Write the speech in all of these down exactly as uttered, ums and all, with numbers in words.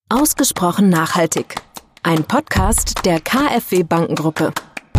Ausgesprochen nachhaltig. Ein Podcast der K f W Bankengruppe.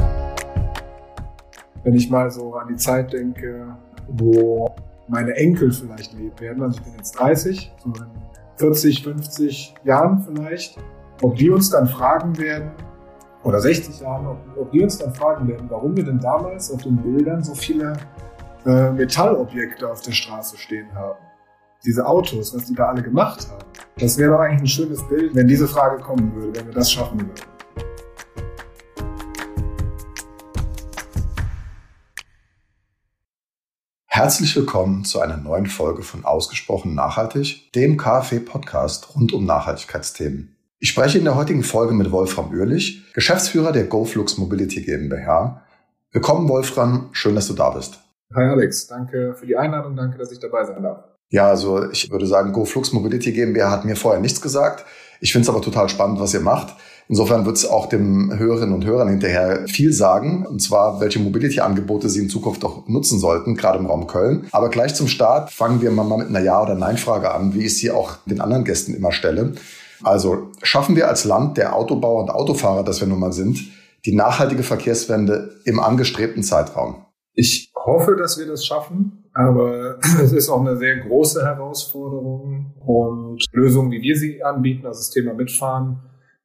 Wenn ich mal so an die Zeit denke, wo meine Enkel vielleicht leben werden, also ich bin jetzt dreißig, so in vierzig, fünfzig Jahren vielleicht, ob die uns dann fragen werden, oder sechzig Jahren, ob, ob die uns dann fragen werden, warum wir denn damals auf den Bildern so viele äh, Metallobjekte auf der Straße stehen haben. Diese Autos, was die da alle gemacht haben. Das wäre doch eigentlich ein schönes Bild, wenn diese Frage kommen würde, wenn wir das schaffen würden. Herzlich willkommen zu einer neuen Folge von Ausgesprochen Nachhaltig, dem K f W-Podcast rund um Nachhaltigkeitsthemen. Ich spreche in der heutigen Folge mit Wolfram Oehrlich, Geschäftsführer der GoFlux Mobility GmbH. Willkommen, Wolfram, schön, dass du da bist. Hi Alex, danke für die Einladung, danke, dass ich dabei sein darf. Ja, also ich würde sagen, GoFlux Mobility GmbH hat mir vorher nichts gesagt. Ich finde es aber total spannend, was ihr macht. Insofern wird es auch dem Hörerinnen und Hörern hinterher viel sagen, und zwar, welche Mobility-Angebote sie in Zukunft auch nutzen sollten, gerade im Raum Köln. Aber gleich zum Start fangen wir mal mit einer Ja- oder Nein-Frage an, wie ich sie auch den anderen Gästen immer stelle. Also schaffen wir als Land der Autobauer und Autofahrer, das wir nun mal sind, die nachhaltige Verkehrswende im angestrebten Zeitraum? Ich hoffe, dass wir das schaffen, aber es ist auch eine sehr große Herausforderung und Lösungen, wie wir sie anbieten, also das Thema Mitfahren,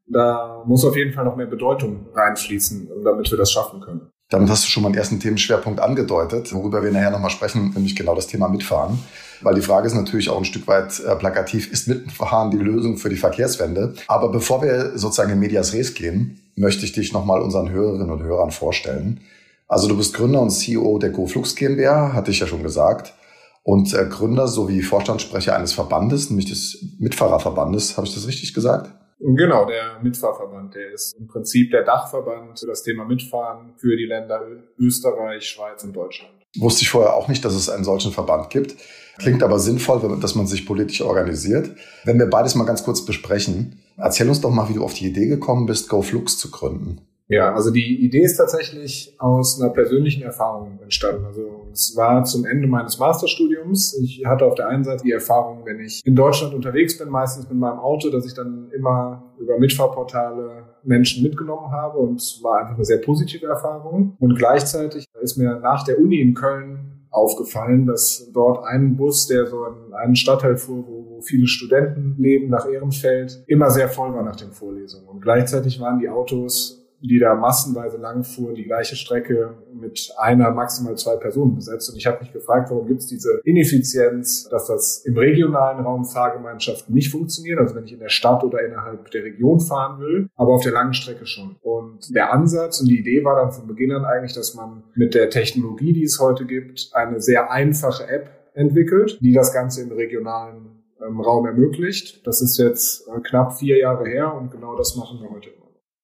da muss auf jeden Fall noch mehr Bedeutung reinfließen, damit wir das schaffen können. Damit hast du schon mal einen ersten Themenschwerpunkt angedeutet, worüber wir nachher nochmal sprechen, nämlich genau das Thema Mitfahren. Weil die Frage ist natürlich auch ein Stück weit äh, plakativ, ist Mitfahren die Lösung für die Verkehrswende? Aber bevor wir sozusagen in medias res gehen, möchte ich dich nochmal unseren Hörerinnen und Hörern vorstellen. Also du bist Gründer und C E O der GoFlux GmbH, hatte ich ja schon gesagt. Und äh, Gründer sowie Vorstandssprecher eines Verbandes, nämlich des Mitfahrerverbandes. Habe ich das richtig gesagt? Genau, der Mitfahrverband, der ist im Prinzip der Dachverband für das Thema Mitfahren für die Länder Österreich, Schweiz und Deutschland. Wusste ich vorher auch nicht, dass es einen solchen Verband gibt. Klingt aber sinnvoll, dass man sich politisch organisiert. Wenn wir beides mal ganz kurz besprechen, erzähl uns doch mal, wie du auf die Idee gekommen bist, GoFlux zu gründen. Ja, also die Idee ist tatsächlich aus einer persönlichen Erfahrung entstanden. Also es war zum Ende meines Masterstudiums. Ich hatte auf der einen Seite die Erfahrung, wenn ich in Deutschland unterwegs bin, meistens mit meinem Auto, dass ich dann immer über Mitfahrportale Menschen mitgenommen habe, und es war einfach eine sehr positive Erfahrung. Und gleichzeitig ist mir nach der Uni in Köln aufgefallen, dass dort ein Bus, der so in einen Stadtteil fuhr, wo viele Studenten leben, nach Ehrenfeld, immer sehr voll war nach den Vorlesungen. Und gleichzeitig waren die Autos, die da massenweise lang fuhren, die gleiche Strecke mit einer, maximal zwei Personen besetzt. Und ich habe mich gefragt, warum gibt es diese Ineffizienz, dass das im regionalen Raum Fahrgemeinschaften nicht funktioniert, also wenn ich in der Stadt oder innerhalb der Region fahren will, aber auf der langen Strecke schon. Und der Ansatz und die Idee war dann von Beginn an eigentlich, dass man mit der Technologie, die es heute gibt, eine sehr einfache App entwickelt, die das Ganze im regionalen ähm, Raum ermöglicht. Das ist jetzt äh, knapp vier Jahre her, und genau das machen wir heute immer.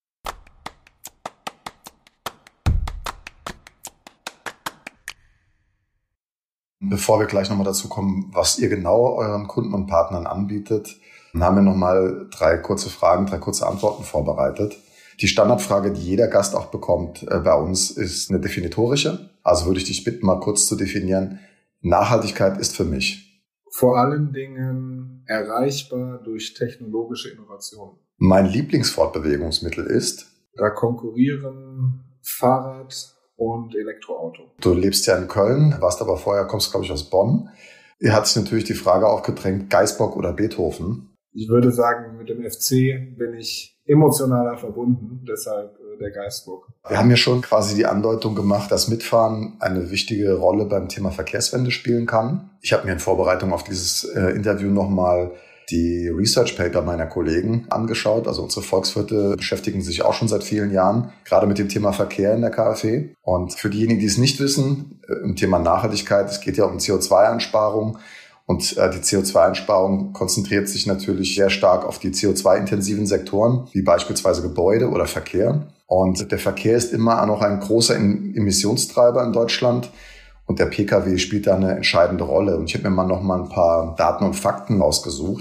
Bevor wir gleich nochmal dazu kommen, was ihr genau euren Kunden und Partnern anbietet, haben wir nochmal drei kurze Fragen, drei kurze Antworten vorbereitet. Die Standardfrage, die jeder Gast auch bekommt äh, bei uns, ist eine definitorische. Also würde ich dich bitten, mal kurz zu definieren. Nachhaltigkeit ist für mich vor allen Dingen erreichbar durch technologische Innovation. Mein Lieblingsfortbewegungsmittel ist? Da konkurrieren Fahrrad und Elektroauto. Du lebst ja in Köln, warst aber vorher, kommst glaube ich aus Bonn. Hier hat sich natürlich die Frage aufgedrängt, Gaisbock oder Beethoven? Ich würde sagen, mit dem F C bin ich emotionaler verbunden, deshalb äh, der Gaisbock. Wir haben ja schon quasi die Andeutung gemacht, dass Mitfahren eine wichtige Rolle beim Thema Verkehrswende spielen kann. Ich habe mir in Vorbereitung auf dieses äh, Interview nochmal die Research Paper meiner Kollegen angeschaut. Also unsere Volkswirte beschäftigen sich auch schon seit vielen Jahren gerade mit dem Thema Verkehr in der K f W. Und für diejenigen, die es nicht wissen, im Thema Nachhaltigkeit, es geht ja um C O zwei Einsparung. Und äh, die C O zwei Einsparung konzentriert sich natürlich sehr stark auf die C O zwei intensiven Sektoren, wie beispielsweise Gebäude oder Verkehr. Und der Verkehr ist immer noch ein großer Emissionstreiber in Deutschland. Und der Pkw spielt da eine entscheidende Rolle. Und ich habe mir mal noch mal ein paar Daten und Fakten rausgesucht.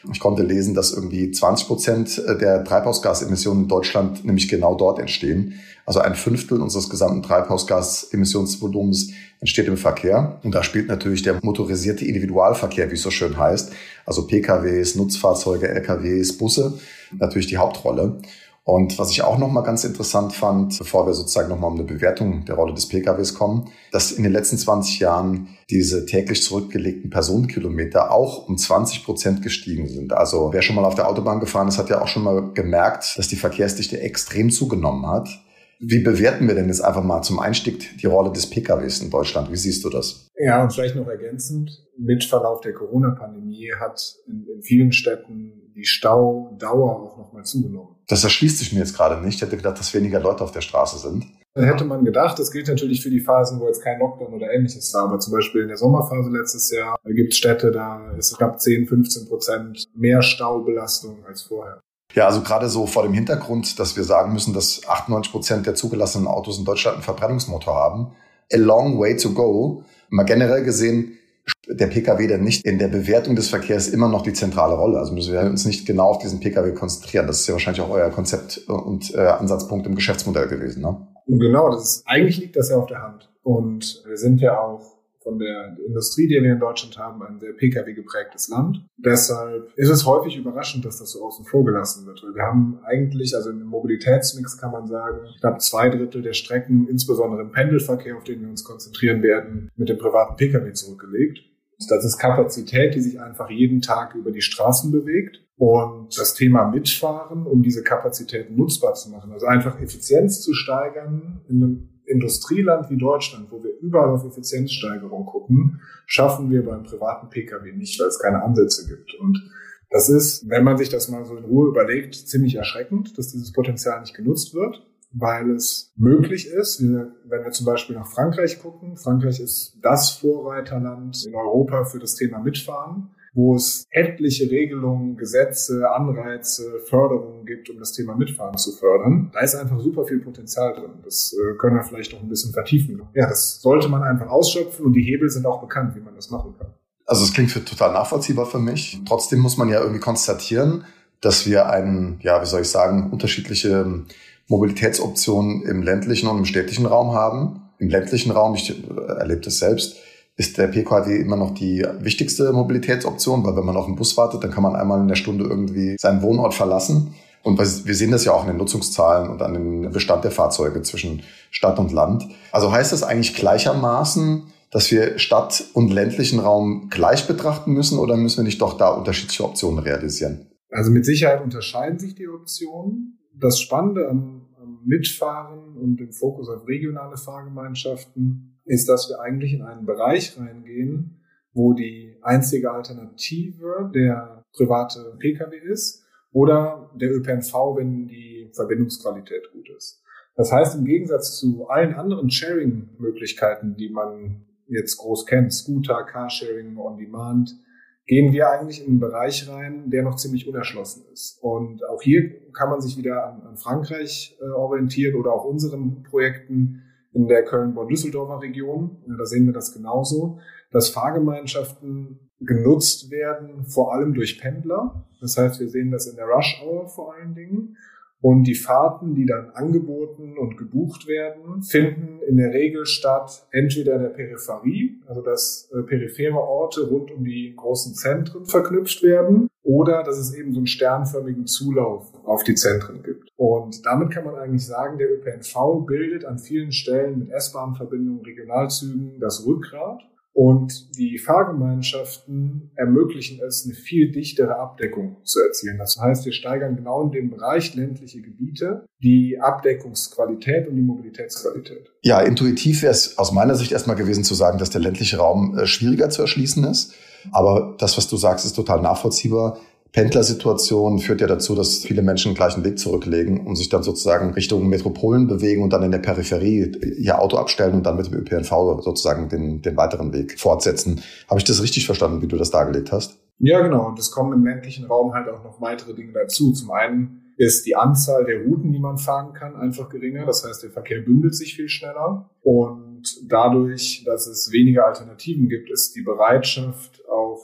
Ich konnte lesen, dass irgendwie zwanzig Prozent der Treibhausgasemissionen in Deutschland nämlich genau dort entstehen. Also ein Fünftel unseres gesamten Treibhausgasemissionsvolumens entsteht im Verkehr. Und da spielt natürlich der motorisierte Individualverkehr, wie es so schön heißt, also P K Ws, Nutzfahrzeuge, L K Ws, Busse, natürlich die Hauptrolle. Und was ich auch nochmal ganz interessant fand, bevor wir sozusagen nochmal um eine Bewertung der Rolle des P K Ws kommen, dass in den letzten zwanzig Jahren diese täglich zurückgelegten Personenkilometer auch um zwanzig Prozent gestiegen sind. Also wer schon mal auf der Autobahn gefahren ist, hat ja auch schon mal gemerkt, dass die Verkehrsdichte extrem zugenommen hat. Wie bewerten wir denn jetzt einfach mal zum Einstieg die Rolle des P K Ws in Deutschland? Wie siehst du das? Ja, und vielleicht noch ergänzend, mit Verlauf der Corona-Pandemie hat in, in vielen Städten die Staudauer auch nochmal zugenommen. Das erschließt sich mir jetzt gerade nicht. Ich hätte gedacht, dass weniger Leute auf der Straße sind. Da hätte man gedacht, das gilt natürlich für die Phasen, wo jetzt kein Lockdown oder Ähnliches war. Aber zum Beispiel in der Sommerphase letztes Jahr, da gibt es Städte, da ist knapp zehn, fünfzehn Prozent mehr Staubelastung als vorher. Ja, also gerade so vor dem Hintergrund, dass wir sagen müssen, dass achtundneunzig Prozent der zugelassenen Autos in Deutschland einen Verbrennungsmotor haben. A long way to go. Mal generell gesehen, der P K W dann nicht in der Bewertung des Verkehrs immer noch die zentrale Rolle. Also müssen wir uns nicht genau auf diesen P K W konzentrieren. Das ist ja wahrscheinlich auch euer Konzept und äh, Ansatzpunkt im Geschäftsmodell gewesen, ne? Und genau, das ist, eigentlich liegt das ja auf der Hand. Und wir sind ja auch von der Industrie, die wir in Deutschland haben, ein sehr P K W-geprägtes Land. Deshalb ist es häufig überraschend, dass das so außen vor gelassen wird. Weil wir haben eigentlich, also im Mobilitätsmix kann man sagen, knapp zwei Drittel der Strecken, insbesondere im Pendelverkehr, auf den wir uns konzentrieren werden, mit dem privaten P K W zurückgelegt. Das ist Kapazität, die sich einfach jeden Tag über die Straßen bewegt. Und das Thema Mitfahren, um diese Kapazität nutzbar zu machen, also einfach Effizienz zu steigern in einem Industrieland wie Deutschland, wo wir überall auf Effizienzsteigerung gucken, schaffen wir beim privaten P K W nicht, weil es keine Ansätze gibt. Und das ist, wenn man sich das mal so in Ruhe überlegt, ziemlich erschreckend, dass dieses Potenzial nicht genutzt wird, weil es möglich ist. Wir, wenn wir zum Beispiel nach Frankreich gucken, Frankreich ist das Vorreiterland in Europa für das Thema Mitfahren, wo es etliche Regelungen, Gesetze, Anreize, Förderungen gibt, um das Thema Mitfahren zu fördern. Da ist einfach super viel Potenzial drin. Das äh, können wir vielleicht noch ein bisschen vertiefen. Ja, das sollte man einfach ausschöpfen und die Hebel sind auch bekannt, wie man das machen kann. Also es klingt für total nachvollziehbar für mich. Trotzdem muss man ja irgendwie konstatieren, dass wir einen, ja, wie soll ich sagen, unterschiedliche Mobilitätsoptionen im ländlichen und im städtischen Raum haben. Im ländlichen Raum, ich erlebe das selbst, ist der P K W immer noch die wichtigste Mobilitätsoption, weil wenn man auf den Bus wartet, dann kann man einmal in der Stunde irgendwie seinen Wohnort verlassen. Und wir sehen das ja auch in den Nutzungszahlen und an dem Bestand der Fahrzeuge zwischen Stadt und Land. Also heißt das eigentlich gleichermaßen, dass wir Stadt- und ländlichen Raum gleich betrachten müssen oder müssen wir nicht doch da unterschiedliche Optionen realisieren? Also mit Sicherheit unterscheiden sich die Optionen. Das Spannende am, am Mitfahren und dem Fokus auf regionale Fahrgemeinschaften ist, dass wir eigentlich in einen Bereich reingehen, wo die einzige Alternative der private P K W ist oder der Ö P N V, wenn die Verbindungsqualität gut ist. Das heißt, im Gegensatz zu allen anderen Sharing-Möglichkeiten, die man jetzt groß kennt, Scooter, Carsharing, On-Demand, gehen wir eigentlich in einen Bereich rein, der noch ziemlich unerschlossen ist. Und auch hier kann man sich wieder an, an Frankreich äh, orientieren oder auch unseren Projekten in der Köln-Bonn-Düsseldorfer Region. Ja, da sehen wir das genauso, dass Fahrgemeinschaften genutzt werden, vor allem durch Pendler. Das heißt, wir sehen das in der Rush-Hour vor allen Dingen. Und die Fahrten, die dann angeboten und gebucht werden, finden in der Regel statt entweder in der Peripherie, also dass äh, periphere Orte rund um die großen Zentren verknüpft werden, oder dass es eben so einen sternförmigen Zulauf auf die Zentren gibt. Und damit kann man eigentlich sagen, der Ö P N V bildet an vielen Stellen mit S-Bahn-Verbindungen, Regionalzügen das Rückgrat. Und die Fahrgemeinschaften ermöglichen es, eine viel dichtere Abdeckung zu erzielen. Das heißt, wir steigern genau in dem Bereich ländliche Gebiete die Abdeckungsqualität und die Mobilitätsqualität. Ja, intuitiv wäre es aus meiner Sicht erstmal gewesen zu sagen, dass der ländliche Raum äh, schwieriger zu erschließen ist. Aber das, was du sagst, ist total nachvollziehbar. Pendlersituation führt ja dazu, dass viele Menschen den gleichen Weg zurücklegen und sich dann sozusagen Richtung Metropolen bewegen und dann in der Peripherie ihr Auto abstellen und dann mit dem Ö P N V sozusagen den, den weiteren Weg fortsetzen. Habe ich das richtig verstanden, wie du das dargelegt hast? Ja, genau. Und es kommen im ländlichen Raum halt auch noch weitere Dinge dazu. Zum einen ist die Anzahl der Routen, die man fahren kann, einfach geringer. Das heißt, der Verkehr bündelt sich viel schneller. Und dadurch, dass es weniger Alternativen gibt, ist die Bereitschaft, auch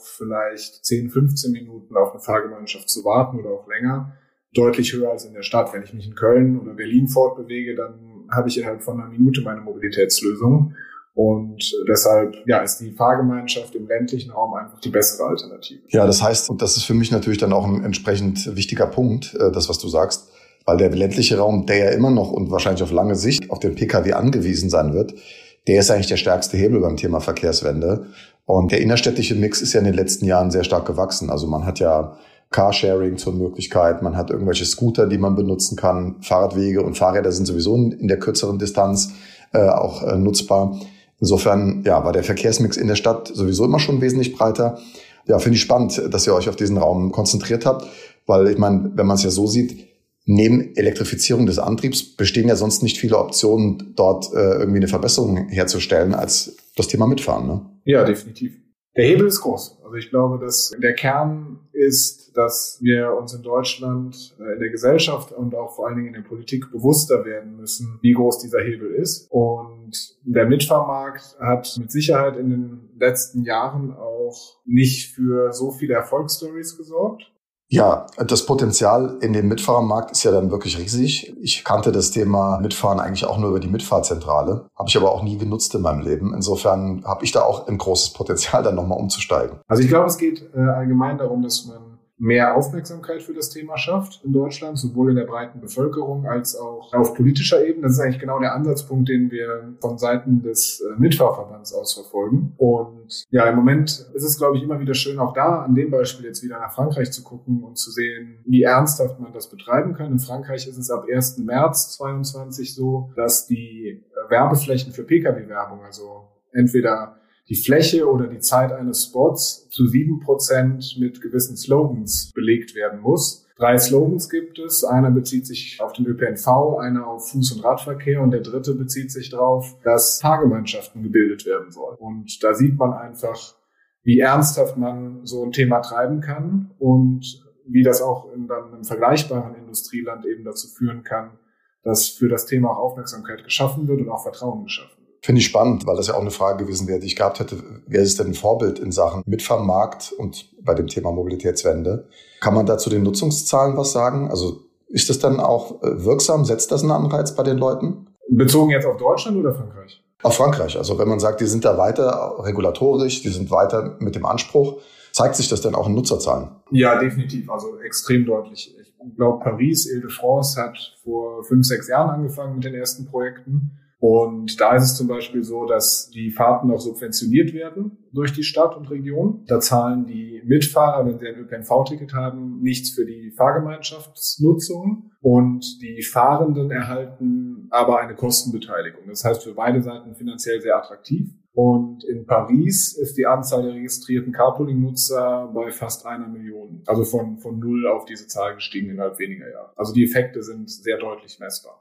vielleicht zehn, fünfzehn Minuten auf eine Fahrgemeinschaft zu warten oder auch länger. Deutlich höher als in der Stadt. Wenn ich mich in Köln oder Berlin fortbewege, dann habe ich innerhalb von einer Minute meine Mobilitätslösung. Und deshalb ja, ist die Fahrgemeinschaft im ländlichen Raum einfach die bessere Alternative. Ja, das heißt, und das ist für mich natürlich dann auch ein entsprechend wichtiger Punkt, das, was du sagst, weil der ländliche Raum, der ja immer noch und wahrscheinlich auf lange Sicht auf den Pkw angewiesen sein wird, der ist eigentlich der stärkste Hebel beim Thema Verkehrswende. Und der innerstädtische Mix ist ja in den letzten Jahren sehr stark gewachsen. Also man hat ja Carsharing zur Möglichkeit, man hat irgendwelche Scooter, die man benutzen kann, Fahrradwege und Fahrräder sind sowieso in der kürzeren Distanz äh, auch äh, nutzbar. Insofern ja, war der Verkehrsmix in der Stadt sowieso immer schon wesentlich breiter. Ja, finde ich spannend, dass ihr euch auf diesen Raum konzentriert habt, weil ich meine, wenn man es ja so sieht, neben Elektrifizierung des Antriebs bestehen ja sonst nicht viele Optionen, dort äh, irgendwie eine Verbesserung herzustellen, als das Thema Mitfahren, ne? Ja, definitiv. Der Hebel ist groß. Also ich glaube, dass der Kern ist, dass wir uns in Deutschland, in der Gesellschaft und auch vor allen Dingen in der Politik bewusster werden müssen, wie groß dieser Hebel ist. Und der Mitfahrmarkt hat mit Sicherheit in den letzten Jahren auch nicht für so viele Erfolgsstories gesorgt. Ja, das Potenzial in dem Mitfahrermarkt ist ja dann wirklich riesig. Ich kannte das Thema Mitfahren eigentlich auch nur über die Mitfahrzentrale, habe ich aber auch nie genutzt in meinem Leben. Insofern habe ich da auch ein großes Potenzial, dann nochmal umzusteigen. Also ich glaube, es geht äh, allgemein darum, dass man mehr Aufmerksamkeit für das Thema schafft in Deutschland, sowohl in der breiten Bevölkerung als auch auf politischer Ebene. Das ist eigentlich genau der Ansatzpunkt, den wir von Seiten des Mitfahrverbands aus verfolgen. Und ja, im Moment ist es, glaube ich, immer wieder schön, auch da an dem Beispiel jetzt wieder nach Frankreich zu gucken und zu sehen, wie ernsthaft man das betreiben kann. In Frankreich ist es ab ersten März zweiundzwanzig so, dass die Werbeflächen für Pkw-Werbung, also entweder die Fläche oder die Zeit eines Spots zu sieben Prozent mit gewissen Slogans belegt werden muss. Drei Slogans gibt es. Einer bezieht sich auf den Ö P N V, einer auf Fuß- und Radverkehr und der dritte bezieht sich darauf, dass Fahrgemeinschaften gebildet werden sollen. Und da sieht man einfach, wie ernsthaft man so ein Thema treiben kann und wie das auch in dann einem vergleichbaren Industrieland eben dazu führen kann, dass für das Thema auch Aufmerksamkeit geschaffen wird und auch Vertrauen geschaffen wird. Finde ich spannend, weil das ja auch eine Frage gewesen wäre, die ich gehabt hätte. Wer ist denn ein Vorbild in Sachen Mitfahrmarkt und bei dem Thema Mobilitätswende? Kann man da zu den Nutzungszahlen was sagen? Also ist das dann auch wirksam? Setzt das einen Anreiz bei den Leuten? Bezogen jetzt auf Deutschland oder Frankreich? Auf Frankreich. Also wenn man sagt, die sind da weiter regulatorisch, die sind weiter mit dem Anspruch, zeigt sich das dann auch in Nutzerzahlen? Ja, definitiv. Also extrem deutlich. Ich glaube, Paris, Ile-de-France hat vor fünf, sechs Jahren angefangen mit den ersten Projekten. Und da ist es zum Beispiel so, dass die Fahrten noch subventioniert werden durch die Stadt und Region. Da zahlen die Mitfahrer, wenn sie ein Ö P N V-Ticket haben, nichts für die Fahrgemeinschaftsnutzung. Und die Fahrenden erhalten aber eine Kostenbeteiligung. Das heißt, für beide Seiten finanziell sehr attraktiv. Und in Paris ist die Anzahl der registrierten Carpooling-Nutzer bei fast einer Million. Also von, von null auf diese Zahl gestiegen innerhalb weniger Jahre. Also die Effekte sind sehr deutlich messbar.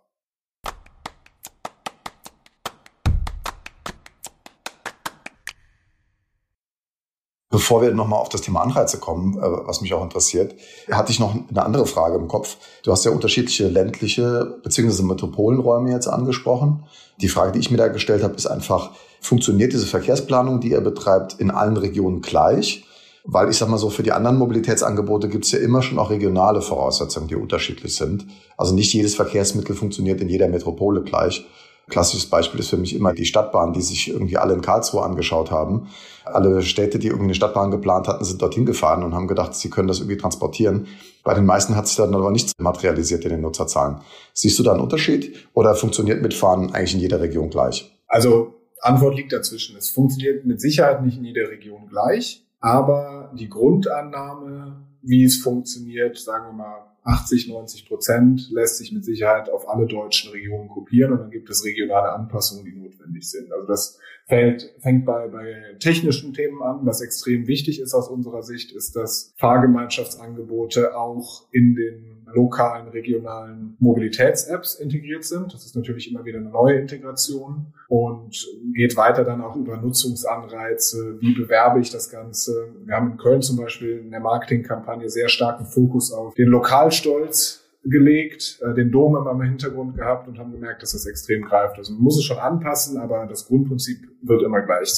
Bevor wir nochmal auf das Thema Anreize kommen, was mich auch interessiert, hatte ich noch eine andere Frage im Kopf. Du hast ja unterschiedliche ländliche bzw. Metropolenräume jetzt angesprochen. Die Frage, die ich mir da gestellt habe, ist einfach, funktioniert diese Verkehrsplanung, die ihr betreibt, in allen Regionen gleich? Weil ich sag mal so, für die anderen Mobilitätsangebote gibt es ja immer schon auch regionale Voraussetzungen, die unterschiedlich sind. Also nicht jedes Verkehrsmittel funktioniert in jeder Metropole gleich. Klassisches Beispiel ist für mich immer die Stadtbahn, die sich irgendwie alle in Karlsruhe angeschaut haben. Alle Städte, die irgendwie eine Stadtbahn geplant hatten, sind dorthin gefahren und haben gedacht, sie können das irgendwie transportieren. Bei den meisten hat sich dann aber nichts materialisiert in den Nutzerzahlen. Siehst du da einen Unterschied oder funktioniert Mitfahren eigentlich in jeder Region gleich? Also Antwort liegt dazwischen. Es funktioniert mit Sicherheit nicht in jeder Region gleich, aber die Grundannahme, wie es funktioniert, sagen wir mal, achtzig, neunzig Prozent lässt sich mit Sicherheit auf alle deutschen Regionen kopieren und dann gibt es regionale Anpassungen, die notwendig sind. Also das fällt, fängt bei, bei technischen Themen an. Was extrem wichtig ist aus unserer Sicht, ist, dass Fahrgemeinschaftsangebote auch in den lokalen, regionalen Mobilitäts-Apps integriert sind. Das ist natürlich immer wieder eine neue Integration und geht weiter dann auch über Nutzungsanreize. Wie bewerbe ich das Ganze? Wir haben in Köln zum Beispiel in der Marketingkampagne sehr starken Fokus auf den Lokalstolz gelegt, den Dom immer im Hintergrund gehabt und haben gemerkt, dass das extrem greift. Also man muss es schon anpassen, aber das Grundprinzip wird immer gleich sein.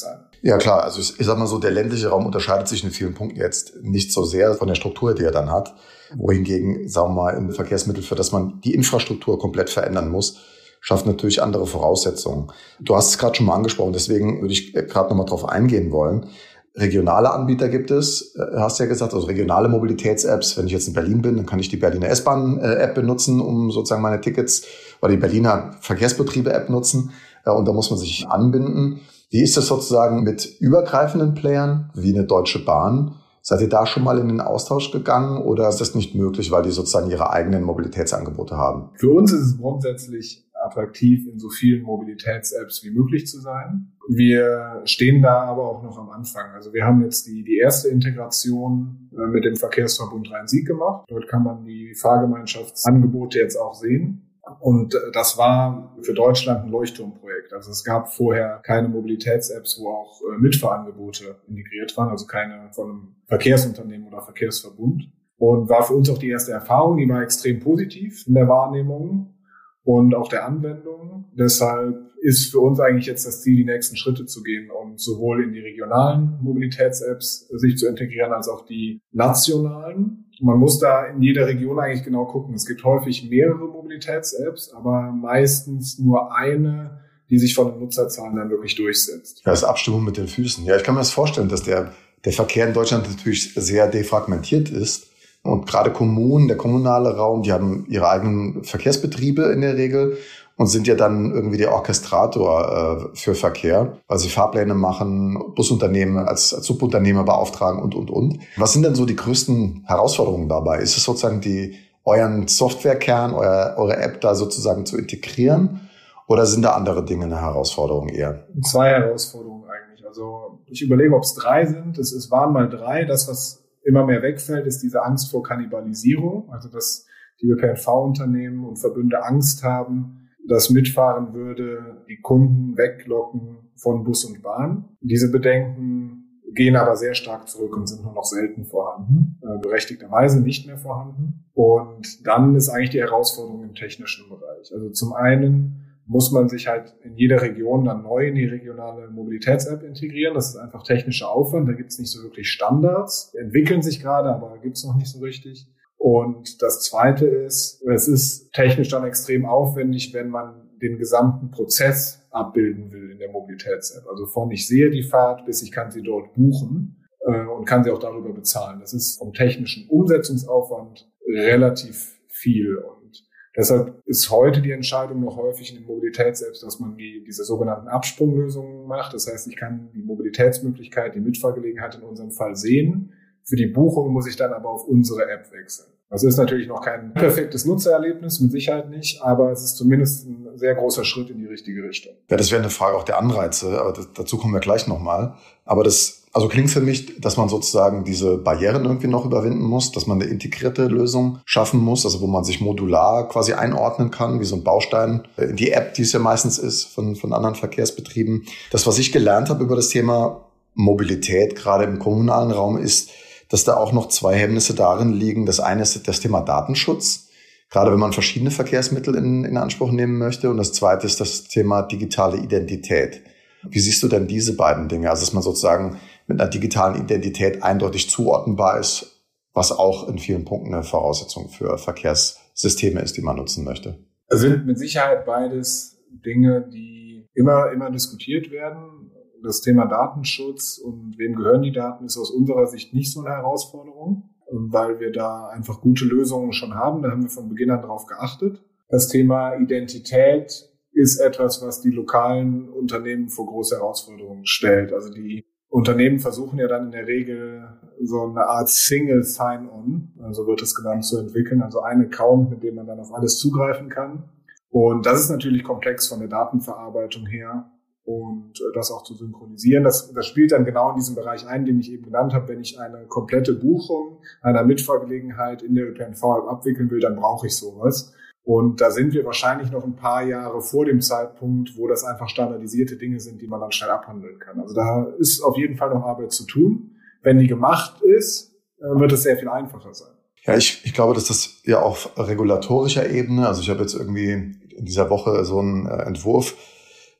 Ja klar, also ich, ich sag mal so, der ländliche Raum unterscheidet sich in vielen Punkten jetzt nicht so sehr von der Struktur, die er dann hat. Wohingegen, sagen wir mal, ein Verkehrsmittel, für das man die Infrastruktur komplett verändern muss, schafft natürlich andere Voraussetzungen. Du hast es gerade schon mal angesprochen, deswegen würde ich gerade noch mal drauf eingehen wollen. Regionale Anbieter gibt es, hast du ja gesagt, also regionale Mobilitäts-Apps. Wenn ich jetzt in Berlin bin, dann kann ich die Berliner S-Bahn-App benutzen, um sozusagen meine Tickets, oder die Berliner Verkehrsbetriebe-App nutzen. Und da muss man sich anbinden. Wie ist das sozusagen mit übergreifenden Playern, wie eine Deutsche Bahn? Seid ihr da schon mal in den Austausch gegangen oder ist das nicht möglich, weil die sozusagen ihre eigenen Mobilitätsangebote haben? Für uns ist es grundsätzlich attraktiv, in so vielen Mobilitäts-Apps wie möglich zu sein. Wir stehen da aber auch noch am Anfang. Also wir haben jetzt die, die erste Integration mit dem Verkehrsverbund Rhein-Sieg gemacht. Dort kann man die Fahrgemeinschaftsangebote jetzt auch sehen. Und das war für Deutschland ein Leuchtturmprojekt. Also es gab vorher keine Mobilitäts-Apps, wo auch Mitfahrangebote integriert waren, also keine von einem Verkehrsunternehmen oder Verkehrsverbund. Und war für uns auch die erste Erfahrung, die war extrem positiv in der Wahrnehmung und auch der Anwendung. Deshalb ist für uns eigentlich jetzt das Ziel, die nächsten Schritte zu gehen und sowohl in die regionalen Mobilitäts-Apps sich zu integrieren, als auch die nationalen. Man muss da in jeder Region eigentlich genau gucken. Es gibt häufig mehrere Mobilitäts-Apps, aber meistens nur eine, die sich von den Nutzerzahlen dann wirklich durchsetzt. Ja, das ist Abstimmung mit den Füßen. Ja, ich kann mir das vorstellen, dass der, der Verkehr in Deutschland natürlich sehr defragmentiert ist. Und gerade Kommunen, der kommunale Raum, die haben ihre eigenen Verkehrsbetriebe in der Regel und sind ja dann irgendwie der Orchestrator äh, für Verkehr, weil sie Fahrpläne machen, Busunternehmen als, als Subunternehmer beauftragen und, und, und. Was sind denn so die größten Herausforderungen dabei? Ist es sozusagen die, euren Softwarekern, euer, eure App da sozusagen zu integrieren? Oder sind da andere Dinge eine Herausforderung eher? Zwei Herausforderungen eigentlich. Also ich überlege, ob es drei sind. Es, es waren mal drei. Das, was immer mehr wegfällt, ist diese Angst vor Kannibalisierung. Also dass die Ö P N V-Unternehmen und Verbünde Angst haben, dass mitfahren würde, die Kunden weglocken von Bus und Bahn. Diese Bedenken gehen aber sehr stark zurück und sind nur noch selten vorhanden, äh, berechtigterweise nicht mehr vorhanden. Und dann ist eigentlich die Herausforderung im technischen Bereich. Also zum einen muss man sich halt in jeder Region dann neu in die regionale Mobilitäts-App integrieren. Das ist einfach technischer Aufwand, da gibt es nicht so wirklich Standards. Die entwickeln sich gerade, aber gibt es noch nicht so richtig. Und das Zweite ist, es ist technisch dann extrem aufwendig, wenn man den gesamten Prozess abbilden will in der Mobilitäts-App. Also von ich sehe die Fahrt bis ich kann sie dort buchen äh, und kann sie auch darüber bezahlen. Das ist vom technischen Umsetzungsaufwand relativ viel. Und deshalb ist heute die Entscheidung noch häufig in den Mobilitäts-Apps, dass man die, diese sogenannten Absprunglösungen macht. Das heißt, ich kann die Mobilitätsmöglichkeit, die Mitfahrgelegenheit in unserem Fall sehen. Für die Buchung muss ich dann aber auf unsere App wechseln. Das ist natürlich noch kein perfektes Nutzererlebnis, mit Sicherheit nicht, aber es ist zumindest ein sehr großer Schritt in die richtige Richtung. Ja, das wäre eine Frage auch der Anreize, aber das, dazu kommen wir gleich nochmal. Aber das also klingt für mich, dass man sozusagen diese Barrieren irgendwie noch überwinden muss, dass man eine integrierte Lösung schaffen muss, also wo man sich modular quasi einordnen kann, wie so ein Baustein in die App, die es ja meistens ist von, von anderen Verkehrsbetrieben. Das, was ich gelernt habe über das Thema Mobilität, gerade im kommunalen Raum, ist, dass da auch noch zwei Hemmnisse darin liegen. Das eine ist das Thema Datenschutz, gerade wenn man verschiedene Verkehrsmittel in, in Anspruch nehmen möchte. Und das zweite ist das Thema digitale Identität. Wie siehst du denn diese beiden Dinge? Also, dass man sozusagen mit einer digitalen Identität eindeutig zuordnenbar ist, was auch in vielen Punkten eine Voraussetzung für Verkehrssysteme ist, die man nutzen möchte. Es sind mit Sicherheit beides Dinge, die immer, immer diskutiert werden. Das Thema Datenschutz und wem gehören die Daten ist aus unserer Sicht nicht so eine Herausforderung, weil wir da einfach gute Lösungen schon haben. Da haben wir von Beginn an drauf geachtet. Das Thema Identität ist etwas, was die lokalen Unternehmen vor große Herausforderungen stellt. Also die Unternehmen versuchen ja dann in der Regel so eine Art Single Sign-On, also wird es genannt, zu entwickeln. Also ein Account, mit dem man dann auf alles zugreifen kann. Und das ist natürlich komplex von der Datenverarbeitung her. Und das auch zu synchronisieren. Das, das spielt dann genau in diesem Bereich ein, den ich eben genannt habe. Wenn ich eine komplette Buchung einer Mitfahrgelegenheit in der Ö P N V-App abwickeln will, dann brauche ich sowas. Und da sind wir wahrscheinlich noch ein paar Jahre vor dem Zeitpunkt, wo das einfach standardisierte Dinge sind, die man dann schnell abhandeln kann. Also da ist auf jeden Fall noch Arbeit zu tun. Wenn die gemacht ist, wird es sehr viel einfacher sein. Ja, ich, ich glaube, dass das ja auf regulatorischer Ebene, also ich habe jetzt irgendwie in dieser Woche so einen Entwurf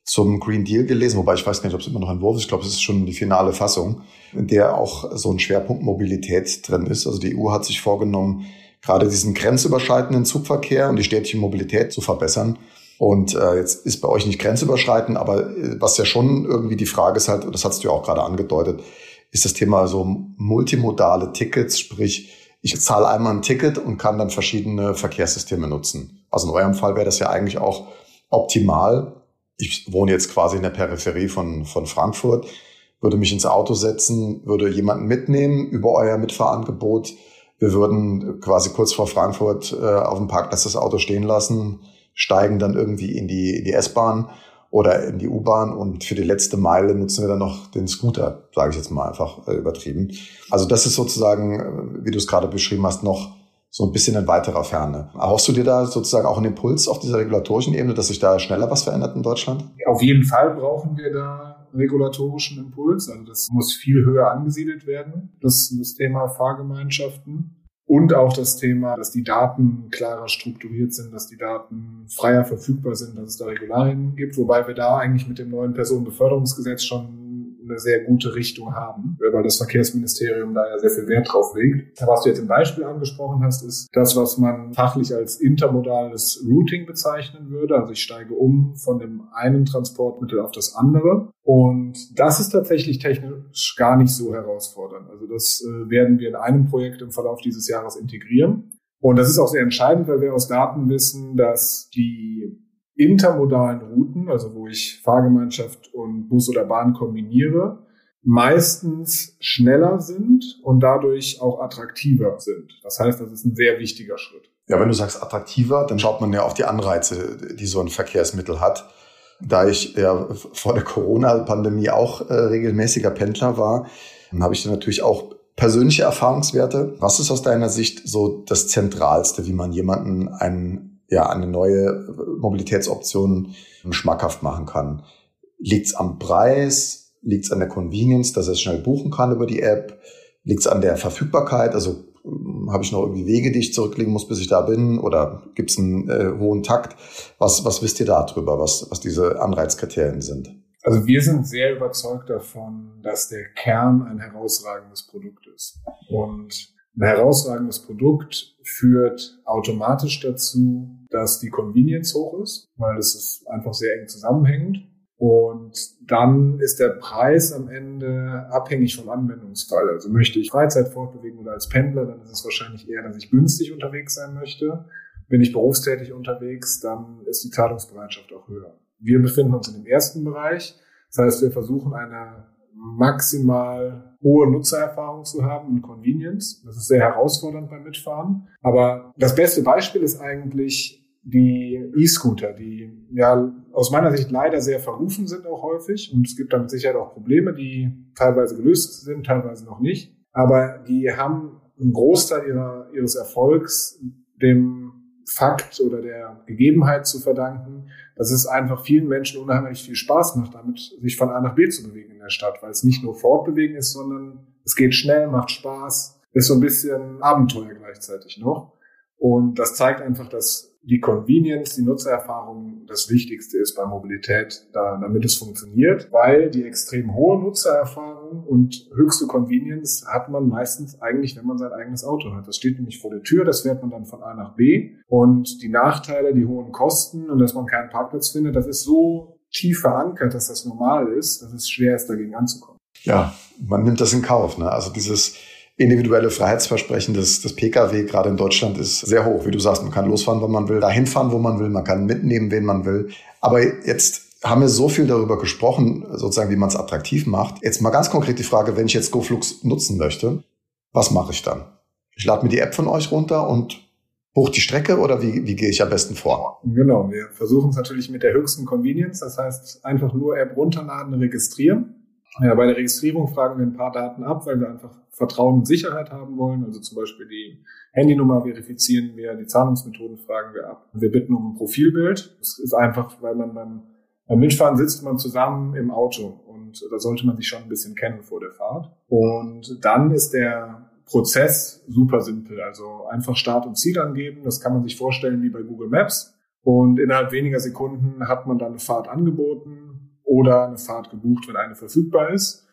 zum Green Deal gelesen, wobei ich weiß gar nicht, ob es immer noch ein Entwurf ist. Ich glaube, es ist schon die finale Fassung, in der auch so ein Schwerpunkt Mobilität drin ist. Also die E U hat sich vorgenommen, gerade diesen grenzüberschreitenden Zugverkehr und die städtische Mobilität zu verbessern. Und äh, jetzt ist bei euch nicht grenzüberschreitend, aber äh, was ja schon irgendwie die Frage ist halt, und das hast du ja auch gerade angedeutet, ist das Thema so multimodale Tickets, sprich, ich zahle einmal ein Ticket und kann dann verschiedene Verkehrssysteme nutzen. Also in eurem Fall wäre das ja eigentlich auch optimal. Ich wohne jetzt quasi in der Peripherie von, von Frankfurt, würde mich ins Auto setzen, würde jemanden mitnehmen über euer Mitfahrangebot. Wir würden quasi kurz vor Frankfurt äh, auf dem Parkplatz das Auto stehen lassen, steigen dann irgendwie in die, in die S-Bahn oder in die U-Bahn und für die letzte Meile nutzen wir dann noch den Scooter, sage ich jetzt mal einfach äh, übertrieben. Also das ist sozusagen, wie du es gerade beschrieben hast, noch so ein bisschen in weiterer Ferne. Erhoffst du dir da sozusagen auch einen Impuls auf dieser regulatorischen Ebene, dass sich da schneller was verändert in Deutschland? Auf jeden Fall brauchen wir da regulatorischen Impuls. Also das muss viel höher angesiedelt werden, das, das Thema Fahrgemeinschaften. Und auch das Thema, dass die Daten klarer strukturiert sind, dass die Daten freier verfügbar sind, dass es da Regularien gibt. Wobei wir da eigentlich mit dem neuen Personenbeförderungsgesetz schon eine sehr gute Richtung haben, weil das Verkehrsministerium da ja sehr viel Wert drauf legt. Was du jetzt im Beispiel angesprochen hast, ist das, was man fachlich als intermodales Routing bezeichnen würde. Also ich steige um von dem einen Transportmittel auf das andere. Und das ist tatsächlich technisch gar nicht so herausfordernd. Also das äh, werden wir in einem Projekt im Verlauf dieses Jahres integrieren. Und das ist auch sehr entscheidend, weil wir aus Daten wissen, dass die intermodalen Routen, also wo ich Fahrgemeinschaft und Bus oder Bahn kombiniere, meistens schneller sind und dadurch auch attraktiver sind. Das heißt, das ist ein sehr wichtiger Schritt. Ja, wenn du sagst attraktiver, dann schaut man ja auf die Anreize, die so ein Verkehrsmittel hat. Da ich ja vor der Corona-Pandemie auch äh, regelmäßiger Pendler war, dann habe ich dann natürlich auch persönliche Erfahrungswerte. Was ist aus deiner Sicht so das Zentralste, wie man jemanden einen ja, eine neue Mobilitätsoption schmackhaft machen kann? Liegt es am Preis? Liegt es an der Convenience, dass er es schnell buchen kann über die App? Liegt es an der Verfügbarkeit? Also habe ich noch irgendwie Wege, die ich zurücklegen muss, bis ich da bin? Oder gibt es einen äh, hohen Takt? Was, was wisst ihr da drüber, was, was diese Anreizkriterien sind? Also wir sind sehr überzeugt davon, dass der Kern ein herausragendes Produkt ist. Und ein herausragendes Produkt führt automatisch dazu, dass die Convenience hoch ist, weil es ist einfach sehr eng zusammenhängend. Und dann ist der Preis am Ende abhängig vom Anwendungsfall. Also möchte ich Freizeit fortbewegen oder als Pendler, dann ist es wahrscheinlich eher, dass ich günstig unterwegs sein möchte. Bin ich berufstätig unterwegs, dann ist die Zahlungsbereitschaft auch höher. Wir befinden uns in dem ersten Bereich. Das heißt, wir versuchen eine maximal hohe Nutzererfahrung zu haben und Convenience. Das ist sehr herausfordernd beim Mitfahren. Aber das beste Beispiel ist eigentlich die E-Scooter, die ja aus meiner Sicht leider sehr verrufen sind auch häufig. Und es gibt damit sicher auch Probleme, die teilweise gelöst sind, teilweise noch nicht. Aber die haben einen Großteil ihrer, ihres Erfolgs dem Fakt oder der Gegebenheit zu verdanken, dass es einfach vielen Menschen unheimlich viel Spaß macht, damit sich von A nach B zu bewegen in der Stadt, weil es nicht nur Fortbewegen ist, sondern es geht schnell, macht Spaß, ist so ein bisschen Abenteuer gleichzeitig noch. Und das zeigt einfach, dass die Convenience, die Nutzererfahrung das Wichtigste ist bei Mobilität, da, damit es funktioniert, weil die extrem hohe Nutzererfahrung und höchste Convenience hat man meistens eigentlich, wenn man sein eigenes Auto hat. Das steht nämlich vor der Tür, das fährt man dann von A nach B und die Nachteile, die hohen Kosten und dass man keinen Parkplatz findet, das ist so tief verankert, dass das normal ist, dass es schwer ist, dagegen anzukommen. Ja, man nimmt das in Kauf, ne? Also dieses individuelle Freiheitsversprechen des, des P K W gerade in Deutschland ist sehr hoch. Wie du sagst, man kann losfahren, wo man will, dahin fahren, wo man will, man kann mitnehmen, wen man will. Aber jetzt haben wir so viel darüber gesprochen, sozusagen, wie man es attraktiv macht. Jetzt mal ganz konkret die Frage, wenn ich jetzt GoFlux nutzen möchte, was mache ich dann? Ich lade mir die App von euch runter und buche die Strecke oder wie, wie gehe ich am besten vor? Genau, wir versuchen es natürlich mit der höchsten Convenience. Das heißt, einfach nur App runterladen, registrieren. Ja, bei der Registrierung fragen wir ein paar Daten ab, weil wir einfach Vertrauen und Sicherheit haben wollen. Also zum Beispiel die Handynummer verifizieren wir, die Zahlungsmethoden fragen wir ab. Wir bitten um ein Profilbild. Das ist einfach, weil man beim, beim Mitfahren sitzt man zusammen im Auto und da sollte man sich schon ein bisschen kennen vor der Fahrt. Und dann ist der Prozess super simpel. Also einfach Start und Ziel angeben. Das kann man sich vorstellen wie bei Google Maps. Und innerhalb weniger Sekunden hat man dann eine Fahrt angeboten. oder eine Fahrt gebucht, wenn eine verfügbar ist.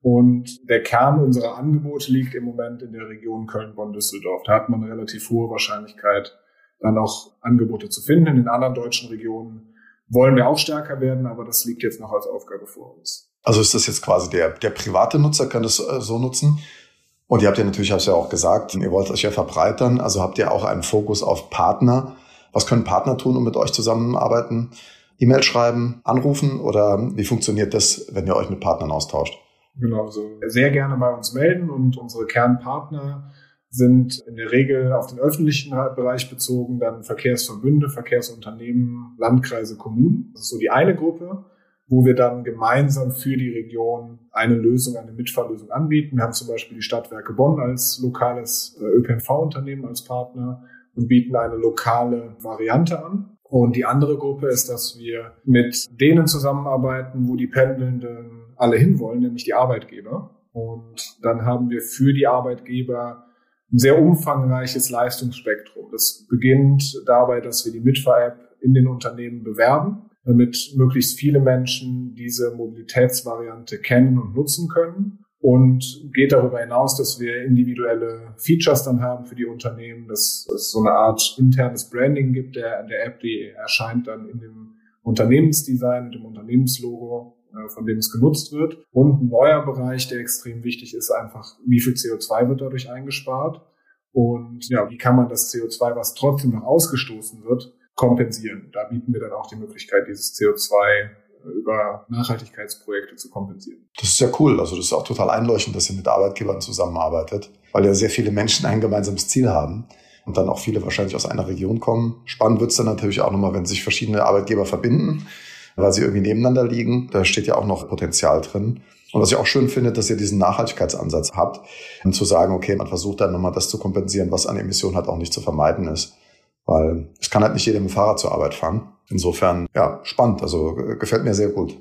Und der Kern unserer Angebote liegt im Moment in der Region Köln-Bonn-Düsseldorf. Da hat man eine relativ hohe Wahrscheinlichkeit, dann auch Angebote zu finden. In den anderen deutschen Regionen wollen wir auch stärker werden, aber das liegt jetzt noch als Aufgabe vor uns. Also ist das jetzt quasi der, der private Nutzer kann das äh, so nutzen? Und ihr habt ja natürlich, hast du ja auch gesagt, ihr wollt euch ja verbreitern, also habt ihr auch einen Fokus auf Partner. Was können Partner tun, um mit euch zusammenarbeiten? E-Mail schreiben, anrufen oder wie funktioniert das, wenn ihr euch mit Partnern austauscht? Genau, also sehr gerne bei uns melden und unsere Kernpartner sind in der Regel auf den öffentlichen Bereich bezogen, dann Verkehrsverbünde, Verkehrsunternehmen, Landkreise, Kommunen. Das ist so die eine Gruppe, wo wir dann gemeinsam für die Region eine Lösung, eine Mitfahrlösung anbieten. Wir haben zum Beispiel die Stadtwerke Bonn als lokales Ö P N V-Unternehmen als Partner und bieten eine lokale Variante an. Und die andere Gruppe ist, dass wir mit denen zusammenarbeiten, wo die Pendelnden alle hinwollen, nämlich die Arbeitgeber. Und dann haben wir für die Arbeitgeber ein sehr umfangreiches Leistungsspektrum. Das beginnt dabei, dass wir die Mitfahr-App in den Unternehmen bewerben, damit möglichst viele Menschen diese Mobilitätsvariante kennen und nutzen können. Und geht darüber hinaus, dass wir individuelle Features dann haben für die Unternehmen, dass es so eine Art internes Branding gibt der, der App, die erscheint dann in dem Unternehmensdesign, dem Unternehmenslogo, von dem es genutzt wird. Und ein neuer Bereich, der extrem wichtig ist, einfach, wie viel C O zwei wird dadurch eingespart und ja, wie kann man das C O zwei, was trotzdem noch ausgestoßen wird, kompensieren. Da bieten wir dann auch die Möglichkeit, dieses C O zwei über Nachhaltigkeitsprojekte zu kompensieren. Das ist ja cool. Also das ist auch total einleuchtend, dass ihr mit Arbeitgebern zusammenarbeitet, weil ja sehr viele Menschen ein gemeinsames Ziel haben und dann auch viele wahrscheinlich aus einer Region kommen. Spannend wird es dann natürlich auch nochmal, wenn sich verschiedene Arbeitgeber verbinden, weil sie irgendwie nebeneinander liegen. Da steht ja auch noch Potenzial drin. Und was ich auch schön finde, dass ihr diesen Nachhaltigkeitsansatz habt, um zu sagen, okay, man versucht dann nochmal das zu kompensieren, was an Emissionen halt auch nicht zu vermeiden ist. Weil es kann halt nicht jeder mit dem Fahrrad zur Arbeit fahren. Insofern, ja, spannend. Also gefällt mir sehr gut.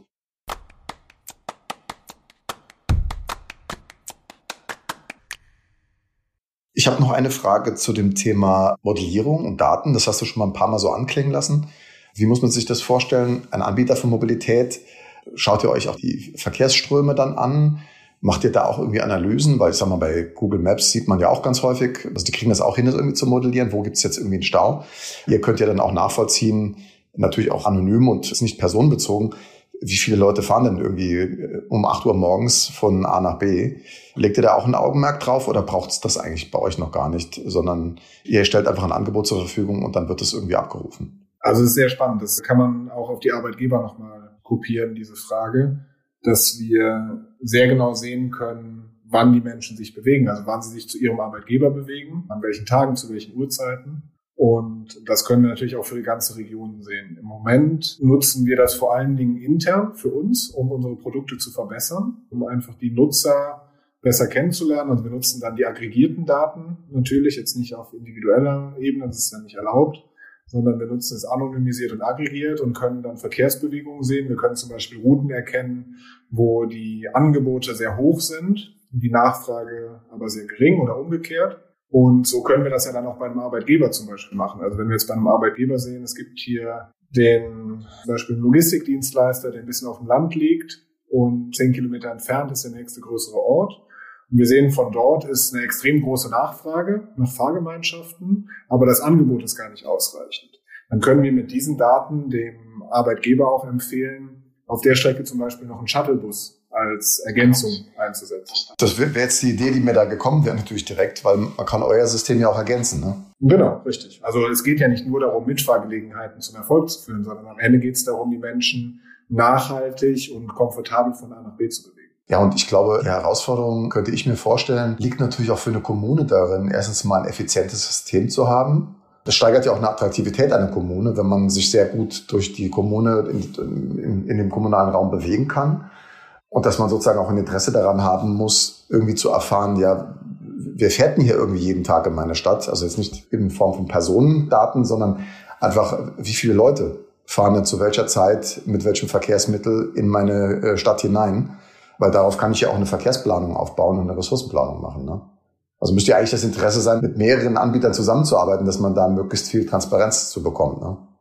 Ich habe noch eine Frage zu dem Thema Modellierung und Daten. Das hast du schon mal ein paar Mal so anklingen lassen. Wie muss man sich das vorstellen? Ein Anbieter für Mobilität, schaut ihr euch auch die Verkehrsströme dann an? Macht ihr da auch irgendwie Analysen? Weil ich sag mal, bei Google Maps sieht man ja auch ganz häufig, also die kriegen das auch hin, das irgendwie zu modellieren. Wo gibt es jetzt irgendwie einen Stau? Ihr könnt ja dann auch nachvollziehen, natürlich auch anonym und ist nicht personenbezogen, wie viele Leute fahren denn irgendwie um acht Uhr morgens von A nach B? Legt ihr da auch ein Augenmerk drauf oder braucht es das eigentlich bei euch noch gar nicht? Sondern ihr stellt einfach ein Angebot zur Verfügung und dann wird es irgendwie abgerufen. Also es ist sehr spannend. Das kann man auch auf die Arbeitgeber nochmal kopieren, diese Frage, dass wir sehr genau sehen können, wann die Menschen sich bewegen, also wann sie sich zu ihrem Arbeitgeber bewegen, an welchen Tagen, zu welchen Uhrzeiten. Und das können wir natürlich auch für die ganze Region sehen. Im Moment nutzen wir das vor allen Dingen intern für uns, um unsere Produkte zu verbessern, um einfach die Nutzer besser kennenzulernen. Also wir nutzen dann die aggregierten Daten, natürlich jetzt nicht auf individueller Ebene, das ist ja nicht erlaubt, sondern wir nutzen es anonymisiert und aggregiert und können dann Verkehrsbewegungen sehen. Wir können zum Beispiel Routen erkennen, wo die Angebote sehr hoch sind, die Nachfrage aber sehr gering oder umgekehrt. Und so können wir das ja dann auch bei einem Arbeitgeber zum Beispiel machen. Also wenn wir jetzt bei einem Arbeitgeber sehen, es gibt hier den zum Beispiel einen Logistikdienstleister, der ein bisschen auf dem Land liegt und zehn Kilometer entfernt ist der nächste größere Ort. Und wir sehen, von dort ist eine extrem große Nachfrage nach Fahrgemeinschaften, aber das Angebot ist gar nicht ausreichend. Dann können wir mit diesen Daten dem Arbeitgeber auch empfehlen, auf der Strecke zum Beispiel noch einen Shuttlebus als Ergänzung einzusetzen. Das wäre jetzt die Idee, die mir da gekommen wäre, natürlich direkt, weil man kann euer System ja auch ergänzen, ne? Genau, richtig. Also es geht ja nicht nur darum, Mitfahrgelegenheiten zum Erfolg zu führen, sondern am Ende geht es darum, die Menschen nachhaltig und komfortabel von A nach B zu bewegen. Ja, und ich glaube, die Herausforderung, könnte ich mir vorstellen, liegt natürlich auch für eine Kommune darin, erstens mal ein effizientes System zu haben. Das steigert ja auch eine Attraktivität einer Kommune, wenn man sich sehr gut durch die Kommune in, in, in dem kommunalen Raum bewegen kann. Und dass man sozusagen auch ein Interesse daran haben muss, irgendwie zu erfahren, ja, wer fährt denn hier irgendwie jeden Tag in meine Stadt? Also jetzt nicht in Form von Personendaten, sondern einfach, wie viele Leute fahren denn zu welcher Zeit mit welchem Verkehrsmittel in meine Stadt hinein? Weil darauf kann ich ja auch eine Verkehrsplanung aufbauen und eine Ressourcenplanung machen, ne? Also müsste ja eigentlich das Interesse sein, mit mehreren Anbietern zusammenzuarbeiten, dass man da möglichst viel Transparenz zu bekommt, ne?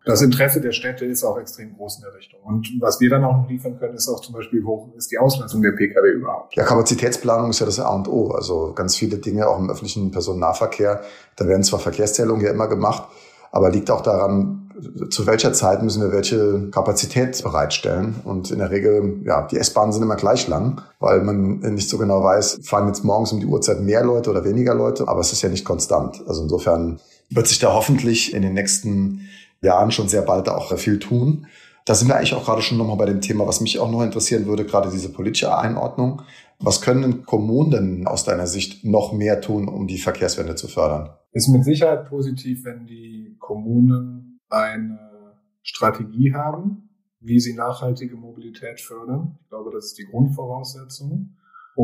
Das Interesse der Städte ist auch extrem groß in der Richtung. Und was wir dann auch noch liefern können, ist auch zum Beispiel, wie hoch ist die Auslastung der Pkw überhaupt. Ja, Kapazitätsplanung ist ja das A und O. Also ganz viele Dinge auch im öffentlichen Personennahverkehr. Da werden zwar Verkehrszählungen ja immer gemacht, aber liegt auch daran, zu welcher Zeit müssen wir welche Kapazität bereitstellen. Und in der Regel, ja, die S-Bahnen sind immer gleich lang, weil man nicht so genau weiß, fahren jetzt morgens um die Uhrzeit mehr Leute oder weniger Leute. Aber es ist ja nicht konstant. Also insofern wird sich da hoffentlich in den nächsten Jahren schon sehr bald auch viel tun. Da sind wir eigentlich auch gerade schon nochmal bei dem Thema, was mich auch noch interessieren würde, gerade diese politische Einordnung. Was können Kommunen denn aus deiner Sicht noch mehr tun, um die Verkehrswende zu fördern? Ist mit Sicherheit positiv, wenn die Kommunen eine Strategie haben, wie sie nachhaltige Mobilität fördern. Ich glaube, das ist die Grundvoraussetzung.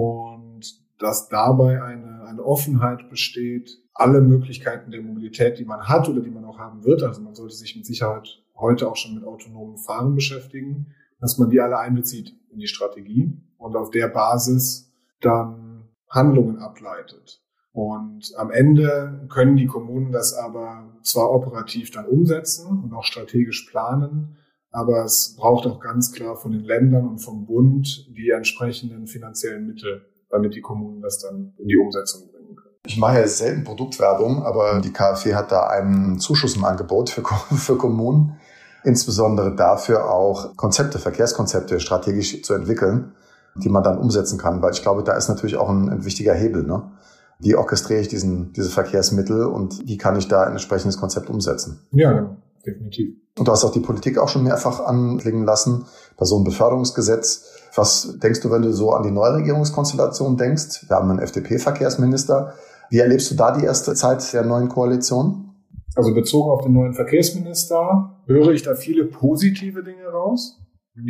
Und dass dabei eine, eine Offenheit besteht, alle Möglichkeiten der Mobilität, die man hat oder die man auch haben wird, also man sollte sich mit Sicherheit heute auch schon mit autonomen Fahren beschäftigen, dass man die alle einbezieht in die Strategie und auf der Basis dann Handlungen ableitet. Und am Ende können die Kommunen das aber zwar operativ dann umsetzen und auch strategisch planen, aber es braucht auch ganz klar von den Ländern und vom Bund die entsprechenden finanziellen Mittel, damit die Kommunen das dann in die Umsetzung bringen können. Ich mache ja selten Produktwerbung, aber die K f W hat da einen Zuschuss im Angebot für, für Kommunen, insbesondere dafür auch Konzepte, Verkehrskonzepte strategisch zu entwickeln, die man dann umsetzen kann, weil ich glaube, da ist natürlich auch ein, ein wichtiger Hebel, ne? Wie orchestriere ich diesen, diese Verkehrsmittel und wie kann ich da ein entsprechendes Konzept umsetzen? Ja, genau, definitiv. Und du hast auch die Politik auch schon mehrfach anklingen lassen, Personenbeförderungsgesetz. Was denkst du, wenn du so an die neue Regierungskonstellation denkst? Wir haben einen F D P-Verkehrsminister. Wie erlebst du da die erste Zeit der neuen Koalition? Also bezogen auf den neuen Verkehrsminister höre ich da viele positive Dinge raus,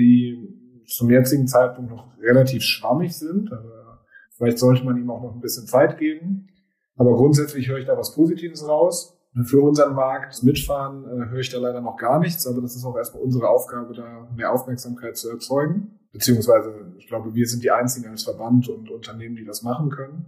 die zum jetzigen Zeitpunkt noch relativ schwammig sind. Aber vielleicht sollte man ihm auch noch ein bisschen Zeit geben. Aber grundsätzlich höre ich da was Positives raus. Für unseren Markt, das Mitfahren, äh, höre ich da leider noch gar nichts. Aber das ist auch erstmal unsere Aufgabe, da mehr Aufmerksamkeit zu erzeugen. Beziehungsweise, ich glaube, wir sind die Einzigen als Verband und Unternehmen, die das machen können.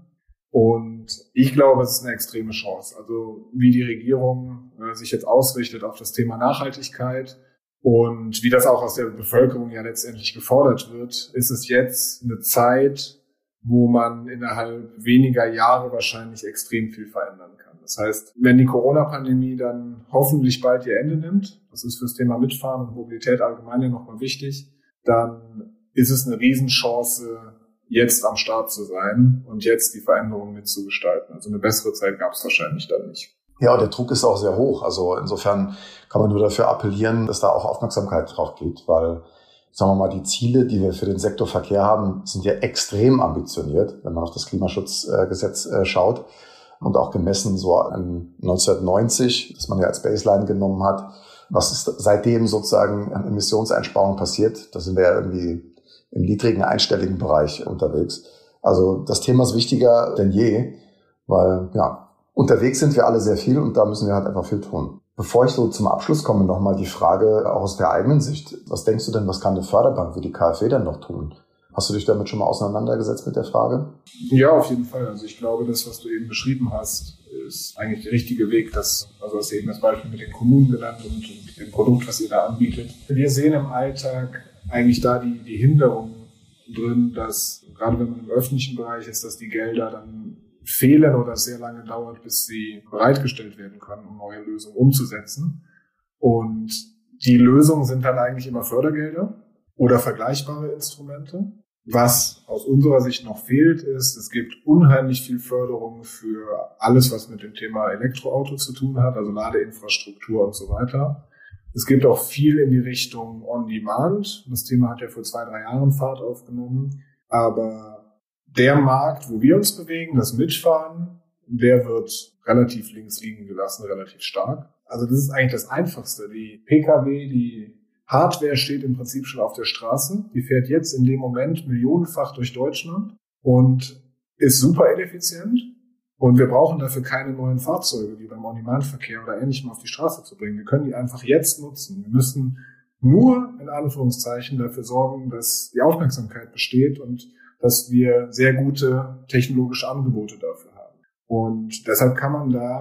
Und ich glaube, es ist eine extreme Chance. Also wie die Regierung äh, sich jetzt ausrichtet auf das Thema Nachhaltigkeit und wie das auch aus der Bevölkerung ja letztendlich gefordert wird, ist es jetzt eine Zeit, wo man innerhalb weniger Jahre wahrscheinlich extrem viel verändern kann. Das heißt, wenn die Corona-Pandemie dann hoffentlich bald ihr Ende nimmt, das ist fürs Thema Mitfahren und Mobilität allgemein ja nochmal wichtig, dann ist es eine Riesenchance, jetzt am Start zu sein und jetzt die Veränderungen mitzugestalten. Also eine bessere Zeit gab es wahrscheinlich dann nicht. Ja, der Druck ist auch sehr hoch. Also insofern kann man nur dafür appellieren, dass da auch Aufmerksamkeit drauf geht, weil, sagen wir mal, die Ziele, die wir für den Sektor Verkehr haben, sind ja extrem ambitioniert, wenn man auf das Klimaschutzgesetz schaut und auch gemessen so an neunzehnhundertneunzig, das man ja als Baseline genommen hat. Was ist seitdem sozusagen an Emissionseinsparungen passiert? Da sind wir ja irgendwie im niedrigen einstelligen Bereich unterwegs. Also das Thema ist wichtiger denn je, weil ja, unterwegs sind wir alle sehr viel und da müssen wir halt einfach viel tun. Bevor ich so zum Abschluss komme, nochmal die Frage auch aus der eigenen Sicht. Was denkst du denn, was kann eine Förderbank wie die K f W denn noch tun? Hast du dich damit schon mal auseinandergesetzt mit der Frage? Ja, auf jeden Fall. Also ich glaube, das, was du eben beschrieben hast, ist eigentlich der richtige Weg. Das, also hast du eben das Beispiel mit den Kommunen genannt und, und dem Produkt, was ihr da anbietet. Wir sehen im Alltag eigentlich da die, die Hinderung drin, dass gerade wenn man im öffentlichen Bereich ist, dass die Gelder dann fehlen oder es sehr lange dauert, bis sie bereitgestellt werden können, um neue Lösungen umzusetzen. Und die Lösungen sind dann eigentlich immer Fördergelder oder vergleichbare Instrumente. Was aus unserer Sicht noch fehlt, ist, es gibt unheimlich viel Förderung für alles, was mit dem Thema Elektroauto zu tun hat, also Ladeinfrastruktur und so weiter. Es gibt auch viel in die Richtung On-Demand. Das Thema hat ja vor zwei, drei Jahren Fahrt aufgenommen. Aber der Markt, wo wir uns bewegen, das Mitfahren, der wird relativ links liegen gelassen, relativ stark. Also das ist eigentlich das Einfachste. Die Pkw, die Hardware steht im Prinzip schon auf der Straße. Die fährt jetzt in dem Moment millionenfach durch Deutschland und ist super ineffizient. Und wir brauchen dafür keine neuen Fahrzeuge, wie beim On-Demand-Verkehr oder Ähnlichem auf die Straße zu bringen. Wir können die einfach jetzt nutzen. Wir müssen nur, in Anführungszeichen, dafür sorgen, dass die Aufmerksamkeit besteht und dass wir sehr gute technologische Angebote dafür haben. Und deshalb kann man da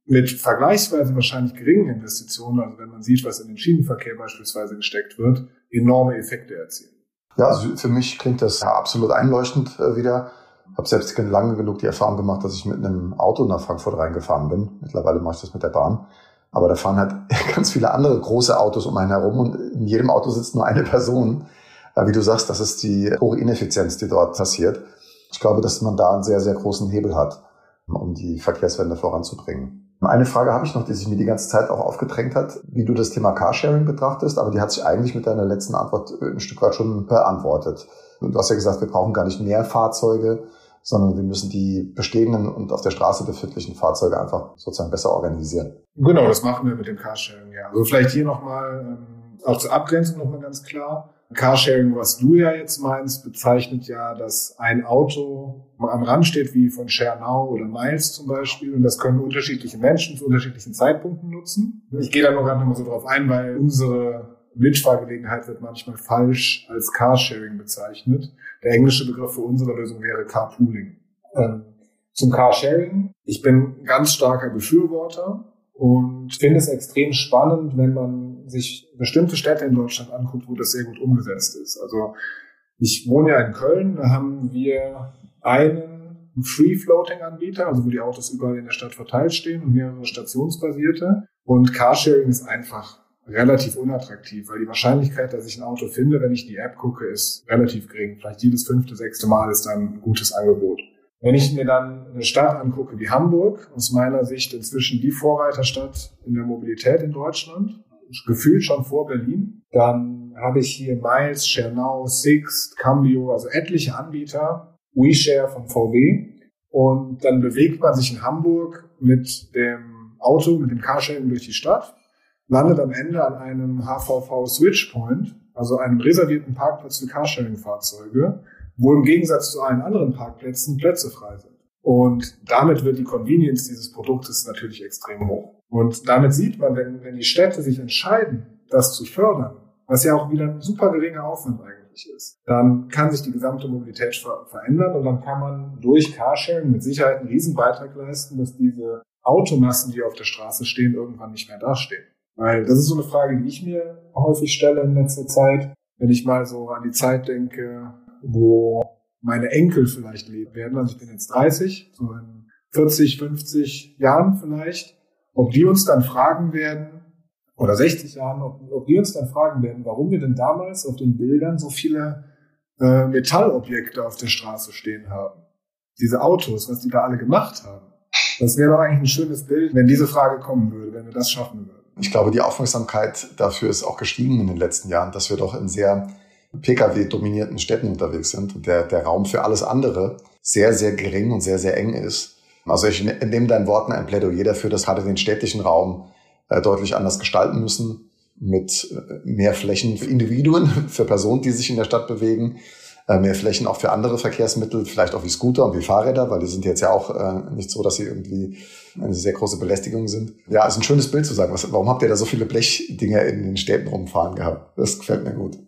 mit vergleichsweise wahrscheinlich geringen Investitionen, also wenn man sieht, was in den Schienenverkehr beispielsweise gesteckt wird, enorme Effekte erzielen. Ja, also für mich klingt das ja absolut einleuchtend äh, wieder. Ich habe selbst lange genug die Erfahrung gemacht, dass ich mit einem Auto nach Frankfurt reingefahren bin. Mittlerweile mache ich das mit der Bahn. Aber da fahren halt ganz viele andere große Autos um einen herum und in jedem Auto sitzt nur eine Person. Wie du sagst, das ist die hohe Ineffizienz, die dort passiert. Ich glaube, dass man da einen sehr, sehr großen Hebel hat, um die Verkehrswende voranzubringen. Eine Frage habe ich noch, die sich mir die ganze Zeit auch aufgedrängt hat, wie du das Thema Carsharing betrachtest, aber die hat sich eigentlich mit deiner letzten Antwort ein Stück weit schon beantwortet. Du hast ja gesagt, wir brauchen gar nicht mehr Fahrzeuge, sondern wir müssen die bestehenden und auf der Straße befindlichen Fahrzeuge einfach sozusagen besser organisieren. Genau, das machen wir mit dem Carsharing, ja. Also vielleicht hier nochmal, ähm, auch zur Abgrenzung nochmal ganz klar. Carsharing, was du ja jetzt meinst, bezeichnet ja, dass ein Auto am Rand steht, wie von ShareNow oder Miles zum Beispiel, und das können unterschiedliche Menschen zu unterschiedlichen Zeitpunkten nutzen. Ich gehe da nur gerade nochmal so drauf ein, weil unsere Mitfahrgelegenheit wird manchmal falsch als Carsharing bezeichnet. Der englische Begriff für unsere Lösung wäre Carpooling. Ähm, zum Carsharing. Ich bin ein ganz starker Befürworter und finde es extrem spannend, wenn man sich bestimmte Städte in Deutschland anguckt, wo das sehr gut umgesetzt ist. Also ich wohne ja in Köln, da haben wir einen Free-Floating-Anbieter, also wo die Autos überall in der Stadt verteilt stehen und mehrere stationsbasierte. Und Carsharing ist einfach relativ unattraktiv, weil die Wahrscheinlichkeit, dass ich ein Auto finde, wenn ich in die App gucke, ist relativ gering. Vielleicht jedes fünfte, sechste Mal ist dann ein gutes Angebot. Wenn ich mir dann eine Stadt angucke wie Hamburg, aus meiner Sicht inzwischen die Vorreiterstadt in der Mobilität in Deutschland, gefühlt schon vor Berlin, dann habe ich hier Miles, ShareNow, Sixt, Cambio, also etliche Anbieter, WeShare von V W. Und dann bewegt man sich in Hamburg mit dem Auto, mit dem Carsharing durch die Stadt, landet am Ende an einem H V V-Switch-Point, also einem reservierten Parkplatz für Carsharing-Fahrzeuge, wo im Gegensatz zu allen anderen Parkplätzen Plätze frei sind. Und damit wird die Convenience dieses Produktes natürlich extrem hoch. Und damit sieht man, wenn, wenn die Städte sich entscheiden, das zu fördern, was ja auch wieder ein super geringer Aufwand eigentlich ist, dann kann sich die gesamte Mobilität ver- verändern und dann kann man durch Carsharing mit Sicherheit einen riesen Beitrag leisten, dass diese Automassen, die auf der Straße stehen, irgendwann nicht mehr dastehen. Weil das ist so eine Frage, die ich mir häufig stelle in letzter Zeit, wenn ich mal so an die Zeit denke, wo meine Enkel vielleicht leben werden. Also ich bin jetzt dreißig, so in vierzig, fünfzig Jahren vielleicht, ob die uns dann fragen werden, oder sechzig Jahren, ob, ob die uns dann fragen werden, warum wir denn damals auf den Bildern so viele äh, Metallobjekte auf der Straße stehen haben. Diese Autos, was die da alle gemacht haben. Das wäre doch eigentlich ein schönes Bild, wenn diese Frage kommen würde, wenn wir das schaffen würden. Ich glaube, die Aufmerksamkeit dafür ist auch gestiegen in den letzten Jahren, dass wir doch in sehr P K W-dominierten Städten unterwegs sind und der, der Raum für alles andere sehr, sehr gering und sehr, sehr eng ist. Also ich nehme deinen Worten ein Plädoyer dafür, dass gerade den städtischen Raum äh, deutlich anders gestalten müssen, mit äh, mehr Flächen für Individuen, für Personen, die sich in der Stadt bewegen, äh, mehr Flächen auch für andere Verkehrsmittel, vielleicht auch wie Scooter und wie Fahrräder, weil die sind jetzt ja auch äh, nicht so, dass sie irgendwie eine sehr große Belästigung sind. Ja, ist ein schönes Bild zu sagen. Was, warum habt ihr da so viele Blechdinger in den Städten rumfahren gehabt? Das gefällt mir gut.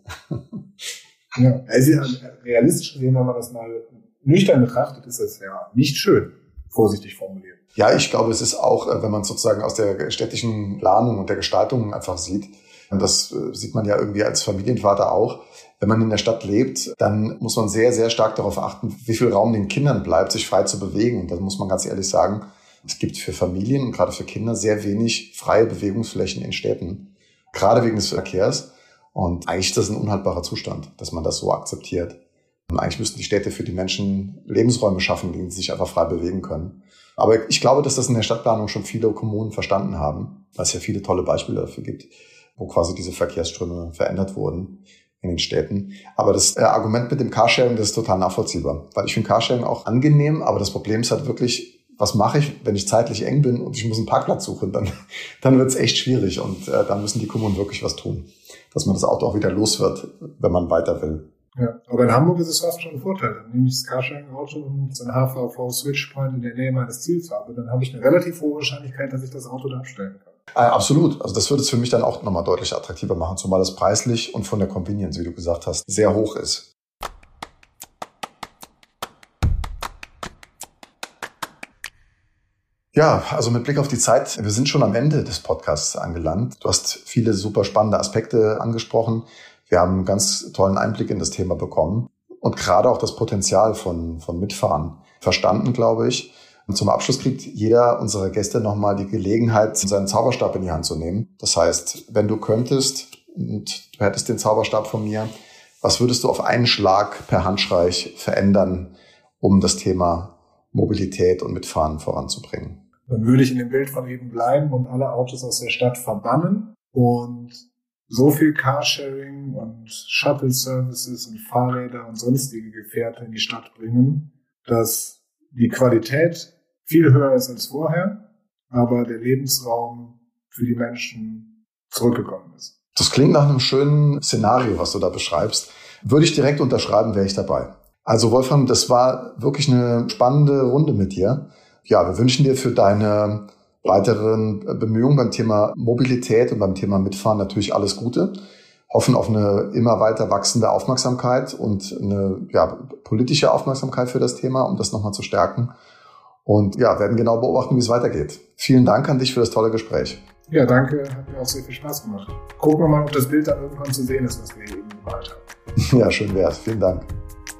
Ja, also realistisch gesehen, wenn man das mal nüchtern betrachtet, ist das ja nicht schön, vorsichtig formuliert. Ja, ich glaube, es ist auch, wenn man sozusagen aus der städtischen Planung und der Gestaltung einfach sieht, und das sieht man ja irgendwie als Familienvater auch, wenn man in der Stadt lebt, dann muss man sehr, sehr stark darauf achten, wie viel Raum den Kindern bleibt, sich frei zu bewegen. Und da muss man ganz ehrlich sagen, es gibt für Familien und gerade für Kinder sehr wenig freie Bewegungsflächen in Städten, gerade wegen des Verkehrs. Und eigentlich ist das ein unhaltbarer Zustand, dass man das so akzeptiert. Und eigentlich müssten die Städte für die Menschen Lebensräume schaffen, in denen sie sich einfach frei bewegen können. Aber ich glaube, dass das in der Stadtplanung schon viele Kommunen verstanden haben, weil es ja viele tolle Beispiele dafür gibt, wo quasi diese Verkehrsströme verändert wurden in den Städten. Aber das äh, Argument mit dem Carsharing, das ist total nachvollziehbar, weil ich finde Carsharing auch angenehm, aber das Problem ist halt wirklich, was mache ich, wenn ich zeitlich eng bin und ich muss einen Parkplatz suchen, dann, dann wird es echt schwierig und äh, dann müssen die Kommunen wirklich was tun, dass man das Auto auch wieder los wird, wenn man weiter will. Ja, aber in Hamburg ist es fast schon ein Vorteil. Dann nehme ich das Carsharing-Auto und so ein H V V-Switch-Point in der Nähe meines Ziels habe. Dann habe ich eine relativ hohe Wahrscheinlichkeit, dass ich das Auto da abstellen kann. Äh, absolut. Also das würde es für mich dann auch nochmal deutlich attraktiver machen, zumal es preislich und von der Convenience, wie du gesagt hast, sehr hoch ist. Ja, also mit Blick auf die Zeit, wir sind schon am Ende des Podcasts angelangt. Du hast viele super spannende Aspekte angesprochen. Wir haben einen ganz tollen Einblick in das Thema bekommen und gerade auch das Potenzial von, von Mitfahren verstanden, glaube ich. Und zum Abschluss kriegt jeder unserer Gäste nochmal die Gelegenheit, seinen Zauberstab in die Hand zu nehmen. Das heißt, wenn du könntest und du hättest den Zauberstab von mir, was würdest du auf einen Schlag per Handstreich verändern, um das Thema Mobilität und Mitfahren voranzubringen? Dann würde ich in dem Bild von eben bleiben und alle Autos aus der Stadt verbannen und so viel Carsharing und Shuttle-Services und Fahrräder und sonstige Gefährte in die Stadt bringen, dass die Qualität viel höher ist als vorher, aber der Lebensraum für die Menschen zurückgekommen ist. Das klingt nach einem schönen Szenario, was du da beschreibst. Würde ich direkt unterschreiben, wäre ich dabei. Also Wolfram, das war wirklich eine spannende Runde mit dir. Ja, wir wünschen dir für deine weiteren Bemühungen beim Thema Mobilität und beim Thema Mitfahren natürlich alles Gute. Hoffen auf eine immer weiter wachsende Aufmerksamkeit und eine ja, politische Aufmerksamkeit für das Thema, um das nochmal zu stärken. Und ja, werden genau beobachten, wie es weitergeht. Vielen Dank an dich für das tolle Gespräch. Ja, danke. Hat mir auch sehr viel Spaß gemacht. Gucken wir mal, ob das Bild dann irgendwann zu sehen ist, was wir eben gemalt haben. Ja, schön wär's. Vielen Dank.